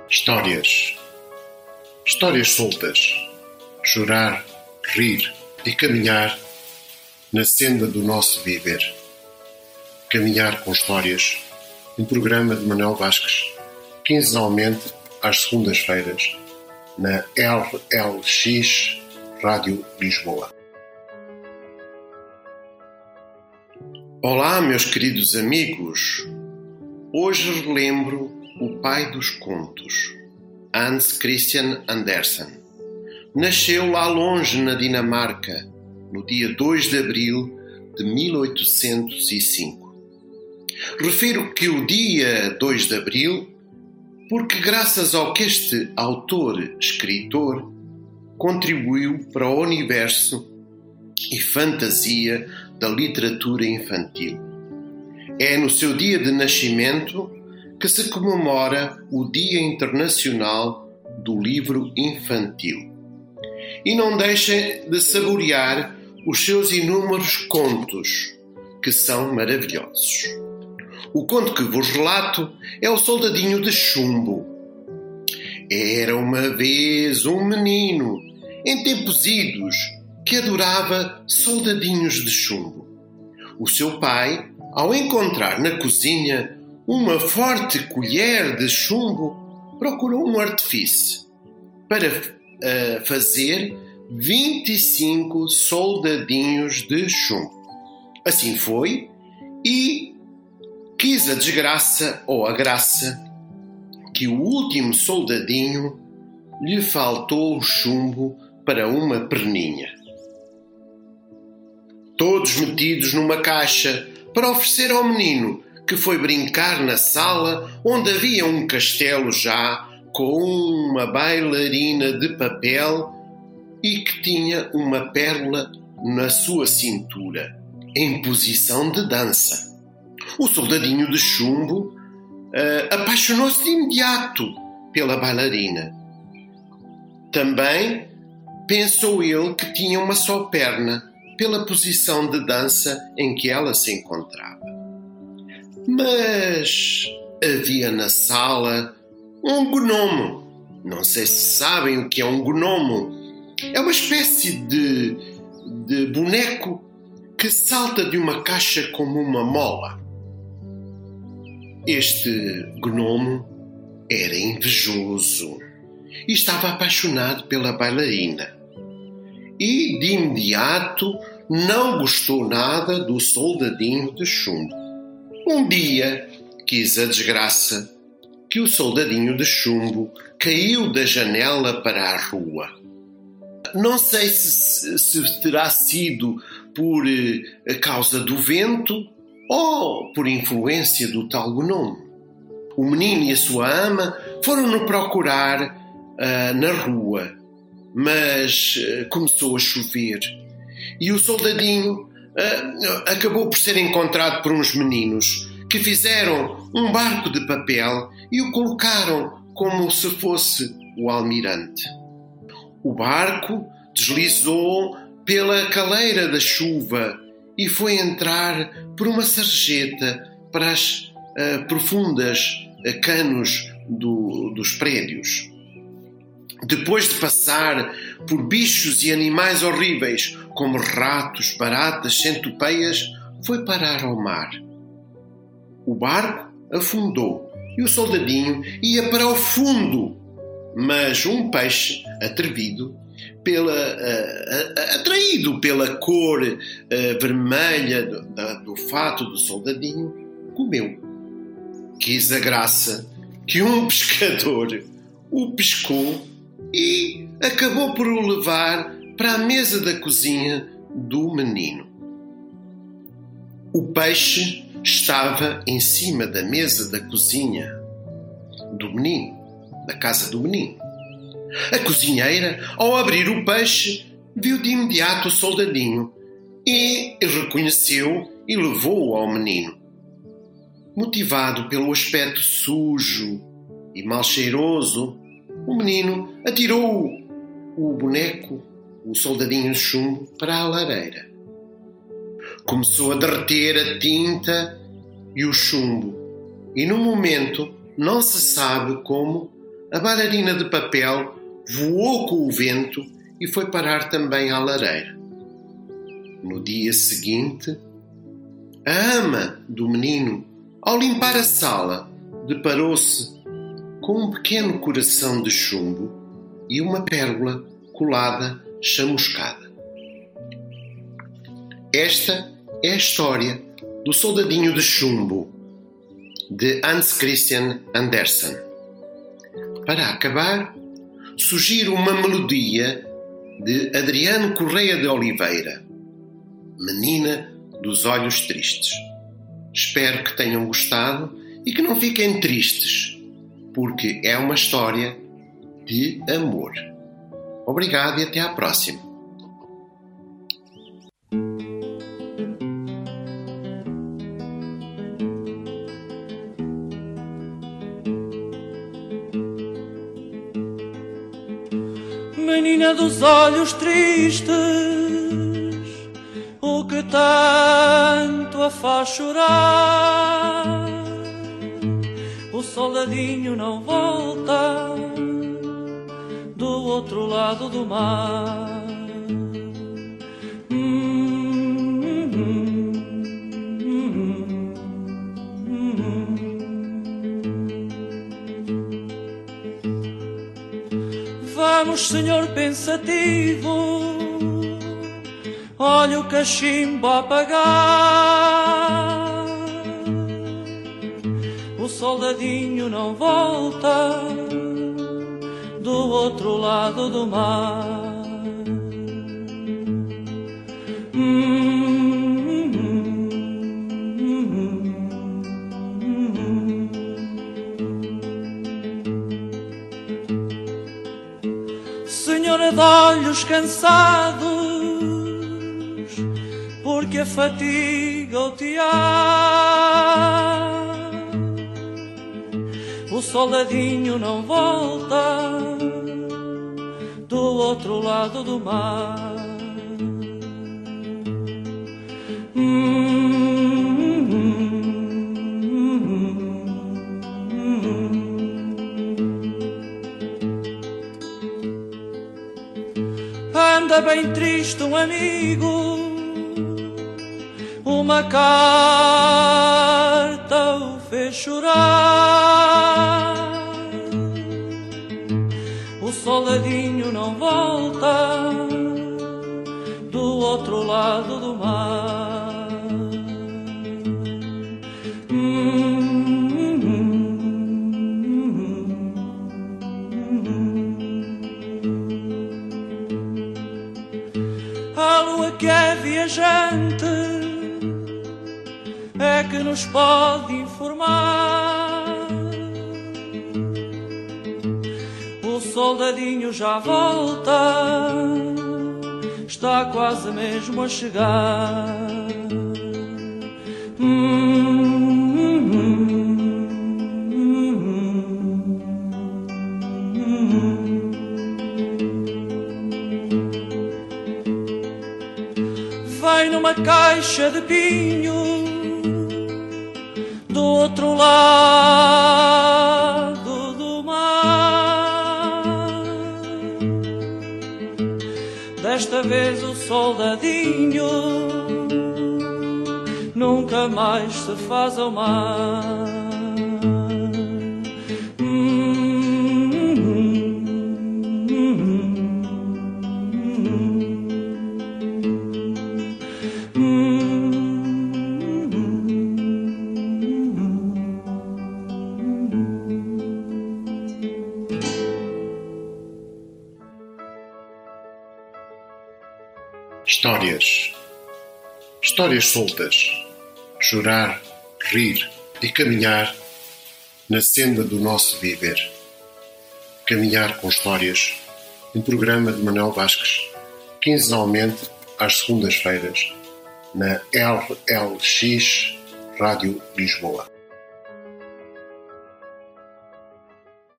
Histórias. Histórias soltas. Chorar, rir e caminhar na senda do nosso viver. Caminhar com histórias. Um programa de Manuel Vasques, quinzenalmente às segundas-feiras, na LLX Rádio Lisboa. Olá, meus queridos amigos. Hoje relembro o pai dos contos, Hans Christian Andersen. Nasceu lá longe na Dinamarca, no dia 2 de abril de 1805. Refiro que o dia 2 de abril porque, graças ao que este autor-escritor contribuiu para o universo e fantasia da literatura infantil. É no seu dia de nascimento que se comemora o Dia Internacional do Livro Infantil. E não deixem de saborear os seus inúmeros contos, que são maravilhosos. O conto que vos relato é o Soldadinho de Chumbo. Era uma vez um menino, em tempos idos, que adorava soldadinhos de chumbo. O seu pai, ao encontrar na cozinha uma forte colher de chumbo, procurou um artifício para fazer 25 soldadinhos de chumbo. Assim foi, e quis a desgraça ou a graça que o último soldadinho lhe faltou o chumbo para uma perninha. Todos metidos numa caixa para oferecer ao menino, que foi brincar na sala onde havia um castelo já com uma bailarina de papel e que tinha uma pérola na sua cintura, em posição de dança. O soldadinho de chumbo apaixonou-se de imediato pela bailarina. Também pensou ele que tinha uma só perna, pela posição de dança em que ela se encontrava. Mas havia na sala um gnomo. Não sei se sabem o que é um gnomo. É uma espécie de boneco que salta de uma caixa como uma mola. Este gnomo era invejoso e estava apaixonado pela bailarina. E, de imediato, não gostou nada do soldadinho de chumbo. Um dia, quis a desgraça que o soldadinho de chumbo caiu da janela para a rua. Não sei se terá sido por causa do vento ou por influência do tal gnomo. O menino e a sua ama foram-no procurar na rua, mas começou a chover e o soldadinho acabou por ser encontrado por uns meninos que fizeram um barco de papel e o colocaram como se fosse o almirante. O barco deslizou pela caleira da chuva e foi entrar por uma sarjeta para as profundas canos dos prédios. Depois de passar por bichos e animais horríveis, como ratos, baratas, centopeias, foi parar ao mar. O barco afundou e o soldadinho ia para o fundo, mas um peixe atrevido, atraído pela cor vermelha do fato do soldadinho, comeu. Quis a graça que um pescador o pescou e acabou por o levar para a mesa da cozinha do menino. O peixe estava em cima da mesa da cozinha do menino, da casa do menino. A cozinheira, ao abrir o peixe, viu de imediato o soldadinho e reconheceu e levou-o ao menino. Motivado pelo aspecto sujo e mal cheiroso, o menino atirou o boneco, o soldadinho de chumbo, para a lareira. Começou a derreter a tinta e o chumbo, e no momento, não se sabe como, a bailarina de papel voou com o vento e foi parar também à lareira. No dia seguinte, a ama do menino, ao limpar a sala, deparou-se com um pequeno coração de chumbo e uma pérola colada, chamuscada. Esta é a história do Soldadinho de Chumbo, de Hans Christian Andersen. Para acabar, sugiro uma melodia de Adriano Correia de Oliveira, Menina dos Olhos Tristes. Espero que tenham gostado e que não fiquem tristes, porque é uma história de amor. Obrigado e até à próxima. Menina dos olhos tristes, o que tanto a faz chorar? O soldadinho não volta do outro lado do mar. Vamos, senhor pensativo, olha o cachimbo a apagar. O soldadinho não volta do outro lado do mar. Senhora de olhos cansados, porque a fatiga o tear. O soldadinho não volta do outro lado do mar. Anda bem triste um amigo, uma carta o fez chorar. O soldadinho não volta do outro lado do mar. A lua que é viajante é que nos pode informar. O soldadinho já volta, está quase mesmo a chegar. Vem numa caixa de pinho do outro lado do mar. Desta vez o soldadinho nunca mais se faz ao mar. Histórias soltas, chorar, rir e caminhar na senda do nosso viver. Caminhar com Histórias, um programa de Manuel Vasques, quinzenalmente às segundas-feiras, na LLX Rádio Lisboa.